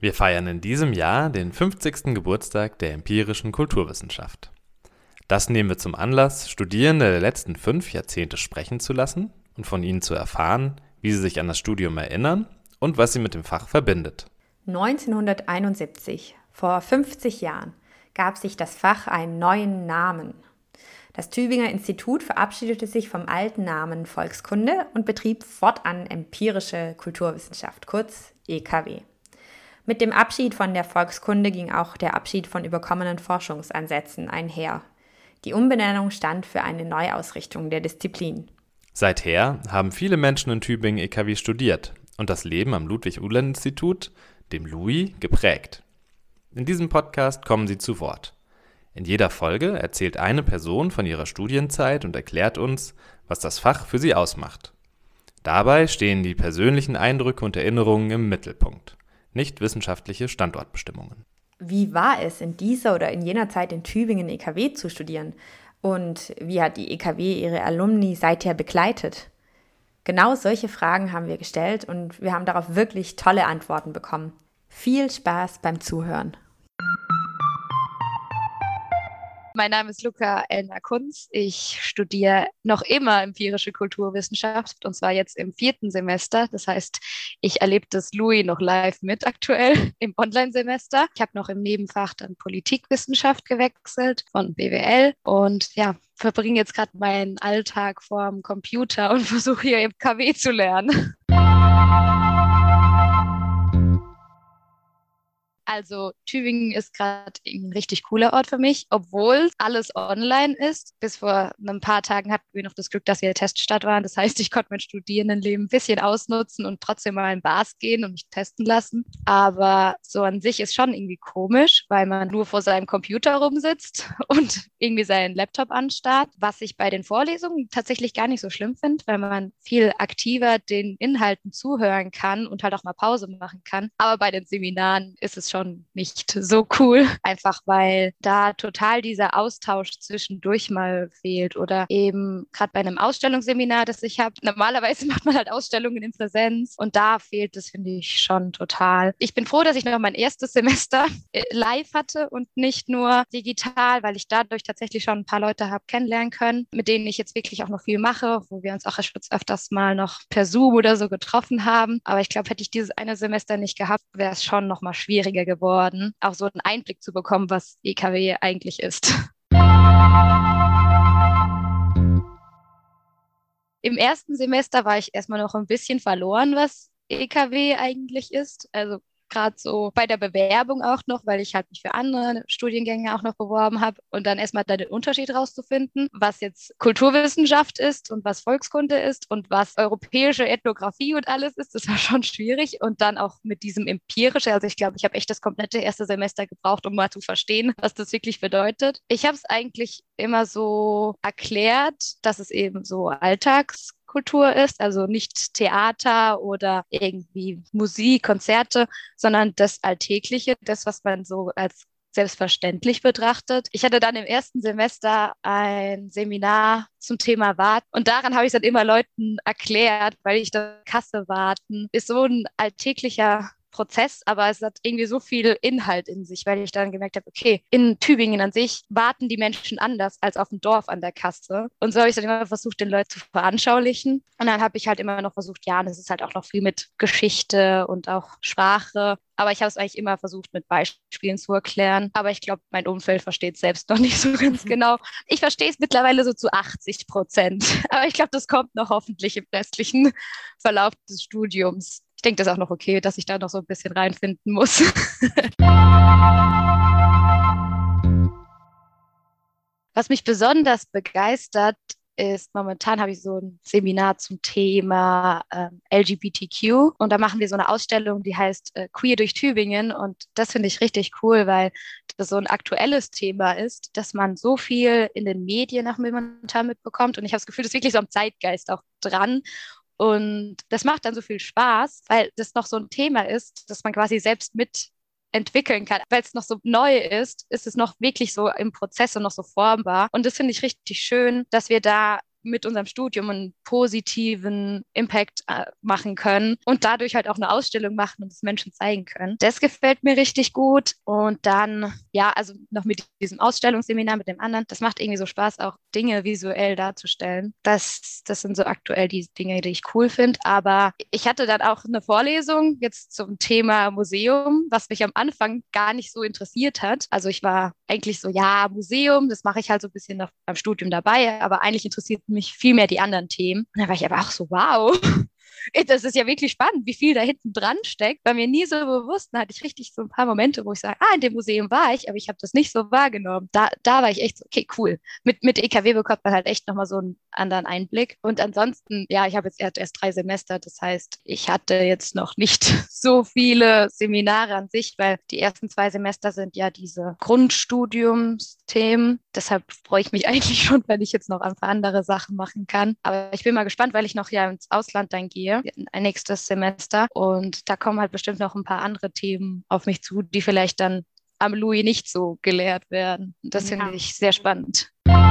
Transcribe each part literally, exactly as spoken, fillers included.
Wir feiern in diesem Jahr den fünfzigsten Geburtstag der empirischen Kulturwissenschaft. Das nehmen wir zum Anlass, Studierende der letzten fünf Jahrzehnte sprechen zu lassen und von ihnen zu erfahren, wie sie sich an das Studium erinnern und was sie mit dem Fach verbindet. neunzehnhunderteinundsiebzig, vor fünfzig Jahren, gab sich das Fach einen neuen Namen. Das Tübinger Institut verabschiedete sich vom alten Namen Volkskunde und betrieb fortan empirische Kulturwissenschaft, kurz E K W. Mit dem Abschied von der Volkskunde ging auch der Abschied von überkommenen Forschungsansätzen einher. Die Umbenennung stand für eine Neuausrichtung der Disziplin. Seither haben viele Menschen in Tübingen E K W studiert und das Leben am Ludwig-Uhland-Institut, dem L U I, geprägt. In diesem Podcast kommen sie zu Wort. In jeder Folge erzählt eine Person von ihrer Studienzeit und erklärt uns, was das Fach für sie ausmacht. Dabei stehen die persönlichen Eindrücke und Erinnerungen im Mittelpunkt, nicht wissenschaftliche Standortbestimmungen. Wie war es, in dieser oder in jener Zeit in Tübingen E K W zu studieren? Und wie hat die E K W ihre Alumni seither begleitet? Genau solche Fragen haben wir gestellt und wir haben darauf wirklich tolle Antworten bekommen. Viel Spaß beim Zuhören. Mein Name ist Luca Elna Kunz. Ich studiere noch immer empirische Kulturwissenschaft und zwar jetzt im vierten Semester. Das heißt, ich erlebe das L U I noch live mit aktuell im Online-Semester. Ich habe noch im Nebenfach dann Politikwissenschaft gewechselt von B W L und ja, verbringe jetzt gerade meinen Alltag vorm Computer und versuche hier im K W zu lernen. Also Tübingen ist gerade ein richtig cooler Ort für mich, obwohl alles online ist. Bis vor ein paar Tagen hatten wir noch das Glück, dass wir Teststadt waren. Das heißt, ich konnte mein Studierendenleben ein bisschen ausnutzen und trotzdem mal in Bars gehen und mich testen lassen. Aber so an sich ist schon irgendwie komisch, weil man nur vor seinem Computer rumsitzt und irgendwie seinen Laptop anstarrt, was ich bei den Vorlesungen tatsächlich gar nicht so schlimm finde, weil man viel aktiver den Inhalten zuhören kann und halt auch mal Pause machen kann. Aber bei den Seminaren ist es schon schon nicht so cool, einfach weil da total dieser Austausch zwischendurch mal fehlt oder eben gerade bei einem Ausstellungsseminar, das ich habe, normalerweise macht man halt Ausstellungen in Präsenz und da fehlt es, finde ich, schon total. Ich bin froh, dass ich noch mein erstes Semester live hatte und nicht nur digital, weil ich dadurch tatsächlich schon ein paar Leute habe kennenlernen können, mit denen ich jetzt wirklich auch noch viel mache, wo wir uns auch öfters mal noch per Zoom oder so getroffen haben. Aber ich glaube, hätte ich dieses eine Semester nicht gehabt, wäre es schon noch mal schwieriger geworden, auch so einen Einblick zu bekommen, was E K W eigentlich ist. Im ersten Semester war ich erstmal noch ein bisschen verloren, was E K W eigentlich ist. Also gerade so bei der Bewerbung auch noch, weil ich halt mich für andere Studiengänge auch noch beworben habe und dann erstmal da den Unterschied rauszufinden, was jetzt Kulturwissenschaft ist und was Volkskunde ist und was europäische Ethnographie und alles ist, das war schon schwierig und dann auch mit diesem empirische, also ich glaube, ich habe echt das komplette erste Semester gebraucht, um mal zu verstehen, was das wirklich bedeutet. Ich habe es eigentlich immer so erklärt, dass es eben so Alltags Kultur ist, also nicht Theater oder irgendwie Musik, Konzerte, sondern das Alltägliche, das, was man so als selbstverständlich betrachtet. Ich hatte dann im ersten Semester ein Seminar zum Thema Warten und daran habe ich dann immer Leuten erklärt, weil ich da Kasse warten ist so ein alltäglicher Prozess, aber es hat irgendwie so viel Inhalt in sich, weil ich dann gemerkt habe, okay, in Tübingen an sich warten die Menschen anders als auf dem Dorf an der Kasse. Und so habe ich dann immer versucht, den Leuten zu veranschaulichen. Und dann habe ich halt immer noch versucht, ja, und es ist halt auch noch viel mit Geschichte und auch Sprache. Aber ich habe es eigentlich immer versucht, mit Beispielen zu erklären. Aber ich glaube, mein Umfeld versteht es selbst noch nicht so ganz genau. Ich verstehe es mittlerweile so zu achtzig Prozent. Aber ich glaube, das kommt noch hoffentlich im restlichen Verlauf des Studiums. Ich denke, das ist auch noch okay, dass ich da noch so ein bisschen reinfinden muss. Was mich besonders begeistert, ist, momentan habe ich so ein Seminar zum Thema ähm, L G B T Q und da machen wir so eine Ausstellung, die heißt äh, Queer durch Tübingen und das finde ich richtig cool, weil das so ein aktuelles Thema ist, dass man so viel in den Medien auch momentan mitbekommt und ich habe das Gefühl, das ist wirklich so am Zeitgeist auch dran. Und das macht dann so viel Spaß, weil das noch so ein Thema ist, das man quasi selbst mitentwickeln kann. Weil es noch so neu ist, ist es noch wirklich so im Prozess und noch so formbar. Und das finde ich richtig schön, dass wir da mit unserem Studium einen positiven Impact äh, machen können und dadurch halt auch eine Ausstellung machen und es Menschen zeigen können. Das gefällt mir richtig gut. Und dann, ja, also noch mit diesem Ausstellungsseminar mit dem anderen, das macht irgendwie so Spaß, auch Dinge visuell darzustellen. Das, das sind so aktuell die Dinge, die ich cool finde. Aber ich hatte dann auch eine Vorlesung jetzt zum Thema Museum, was mich am Anfang gar nicht so interessiert hat. Also ich war eigentlich so, ja, Museum, das mache ich halt so ein bisschen noch beim Studium dabei, aber eigentlich interessierten mich viel mehr die anderen Themen. Und da war ich aber auch so, wow, das ist ja wirklich spannend, wie viel da hinten dran steckt. War mir nie so bewusst. Da hatte ich richtig so ein paar Momente, wo ich sage, ah, in dem Museum war ich, aber ich habe das nicht so wahrgenommen. Da, da war ich echt so, okay, cool. Mit, mit E K W bekommt man halt echt nochmal so einen anderen Einblick. Und ansonsten, ja, ich habe jetzt erst, erst drei Semester. Das heißt, ich hatte jetzt noch nicht so viele Seminare an sich, weil die ersten zwei Semester sind ja diese Grundstudiumsthemen. Deshalb freue ich mich eigentlich schon, wenn ich jetzt noch ein paar andere Sachen machen kann. Aber ich bin mal gespannt, weil ich noch ja ins Ausland dann gehe, ein nächstes Semester. Und da kommen halt bestimmt noch ein paar andere Themen auf mich zu, die vielleicht dann am Louis nicht so gelehrt werden. Das Ja. finde ich sehr spannend.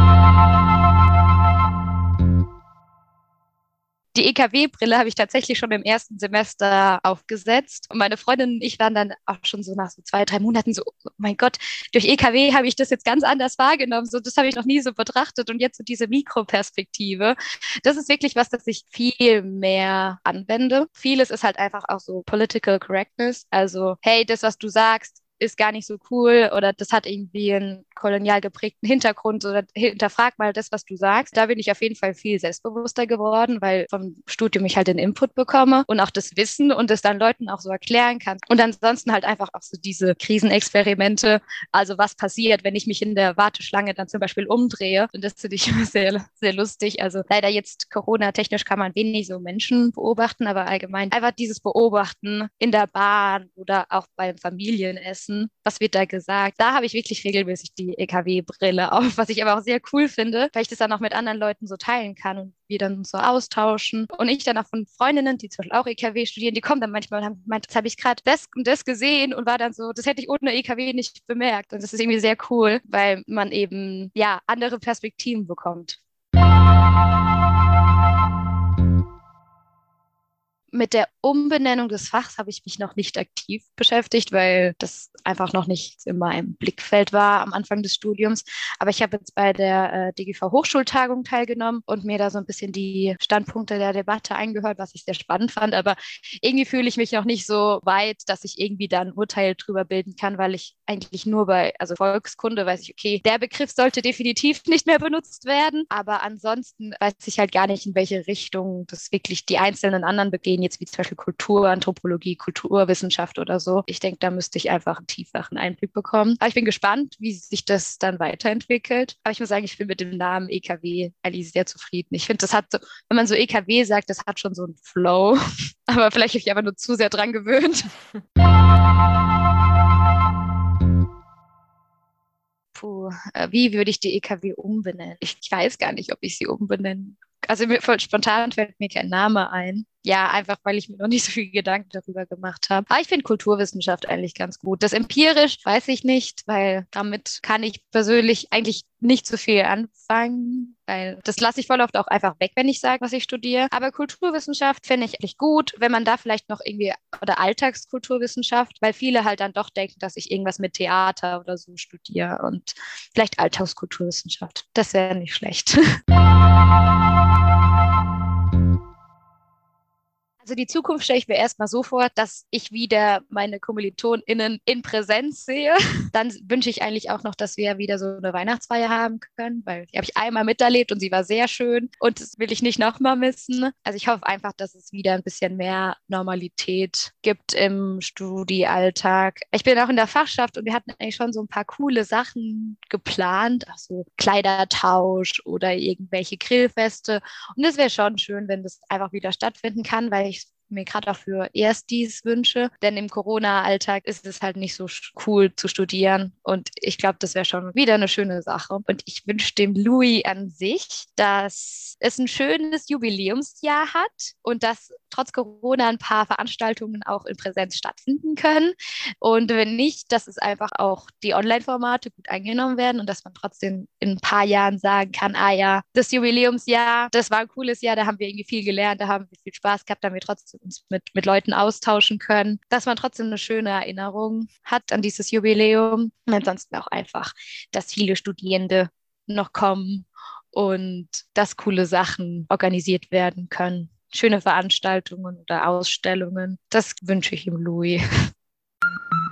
Die E K W-Brille habe ich tatsächlich schon im ersten Semester aufgesetzt. Und meine Freundin und ich waren dann auch schon so nach so zwei, drei Monaten so, oh mein Gott, durch E K W habe ich das jetzt ganz anders wahrgenommen. So, das habe ich noch nie so betrachtet. Und jetzt so diese Mikroperspektive. Das ist wirklich was, das ich viel mehr anwende. Vieles ist halt einfach auch so Political Correctness. Also, hey, das, was du sagst, ist gar nicht so cool oder das hat irgendwie einen kolonial geprägten Hintergrund oder hinterfrag mal das, was du sagst. Da bin ich auf jeden Fall viel selbstbewusster geworden, weil vom Studium ich halt den Input bekomme und auch das Wissen und es dann Leuten auch so erklären kann. Und ansonsten halt einfach auch so diese Krisenexperimente, also was passiert, wenn ich mich in der Warteschlange dann zum Beispiel umdrehe. Und das finde ich immer sehr, sehr lustig. Also leider jetzt Corona-technisch kann man wenig so Menschen beobachten, aber allgemein einfach dieses Beobachten in der Bahn oder auch beim Familienessen. Was wird da gesagt? Da habe ich wirklich regelmäßig die E K W-Brille auf, was ich aber auch sehr cool finde, weil ich das dann auch mit anderen Leuten so teilen kann und wir dann so austauschen. Und ich dann auch von Freundinnen, die zum Beispiel auch E K W studieren, die kommen dann manchmal und haben gemeint, das habe ich gerade das und das gesehen und war dann so, das hätte ich ohne E K W nicht bemerkt. Und das ist irgendwie sehr cool, weil man eben, ja, andere Perspektiven bekommt. Mit der Umbenennung des Fachs habe ich mich noch nicht aktiv beschäftigt, weil das einfach noch nicht in meinem Blickfeld war am Anfang des Studiums. Aber ich habe jetzt bei der äh, D G V-Hochschultagung teilgenommen und mir da so ein bisschen die Standpunkte der Debatte eingehört, was ich sehr spannend fand. Aber irgendwie fühle ich mich noch nicht so weit, dass ich irgendwie da ein Urteil drüber bilden kann, weil ich eigentlich nur bei, also Volkskunde weiß ich, okay, der Begriff sollte definitiv nicht mehr benutzt werden. Aber ansonsten weiß ich halt gar nicht, in welche Richtung das wirklich die einzelnen anderen begehen, jetzt wie zum Beispiel Kultur, Anthropologie, Kulturwissenschaft oder so. Ich denke, da müsste ich einfach einen tieferen Einblick bekommen. Aber ich bin gespannt, wie sich das dann weiterentwickelt. Aber ich muss sagen, ich bin mit dem Namen E K W eigentlich sehr zufrieden. Ich finde, das hat so, wenn man so E K W sagt, das hat schon so einen Flow. Aber vielleicht habe ich aber nur zu sehr dran gewöhnt. Puh, äh, wie würde ich die E K W umbenennen? Ich, ich weiß gar nicht, ob ich sie umbenennen. Also mir, voll spontan fällt mir kein Name ein. Ja, einfach weil ich mir noch nicht so viel Gedanken darüber gemacht habe. Aber ich finde Kulturwissenschaft eigentlich ganz gut. Das empirisch weiß ich nicht, weil damit kann ich persönlich eigentlich nicht so viel anfangen, weil das lasse ich voll oft auch einfach weg, wenn ich sage, was ich studiere. Aber Kulturwissenschaft finde ich eigentlich gut, wenn man da vielleicht noch irgendwie, oder Alltagskulturwissenschaft, weil viele halt dann doch denken, dass ich irgendwas mit Theater oder so studiere und vielleicht Alltagskulturwissenschaft. Das wäre nicht schlecht. Also die Zukunft stelle ich mir erstmal so vor, dass ich wieder meine KommilitonInnen in Präsenz sehe. Dann wünsche ich eigentlich auch noch, dass wir wieder so eine Weihnachtsfeier haben können, weil die habe ich einmal miterlebt und sie war sehr schön und das will ich nicht nochmal missen. Also ich hoffe einfach, dass es wieder ein bisschen mehr Normalität gibt im Studiealltag. Ich bin auch in der Fachschaft und wir hatten eigentlich schon so ein paar coole Sachen geplant, auch so Kleidertausch oder irgendwelche Grillfeste. Und es wäre schon schön, wenn das einfach wieder stattfinden kann, weil ich mir gerade auch für Erstis wünsche. Denn im Corona-Alltag ist es halt nicht so cool zu studieren. Und ich glaube, das wäre schon wieder eine schöne Sache. Und ich wünsche dem Louis an sich, dass es ein schönes Jubiläumsjahr hat und dass trotz Corona ein paar Veranstaltungen auch in Präsenz stattfinden können. Und wenn nicht, dass es einfach auch die Online-Formate gut eingenommen werden und dass man trotzdem in ein paar Jahren sagen kann, ah ja, das Jubiläumsjahr, das war ein cooles Jahr, da haben wir irgendwie viel gelernt, da haben wir viel Spaß gehabt, da haben wir trotzdem uns mit, mit Leuten austauschen können, dass man trotzdem eine schöne Erinnerung hat an dieses Jubiläum und ansonsten auch einfach, dass viele Studierende noch kommen und dass coole Sachen organisiert werden können. Schöne Veranstaltungen oder Ausstellungen. Das wünsche ich ihm, Louis.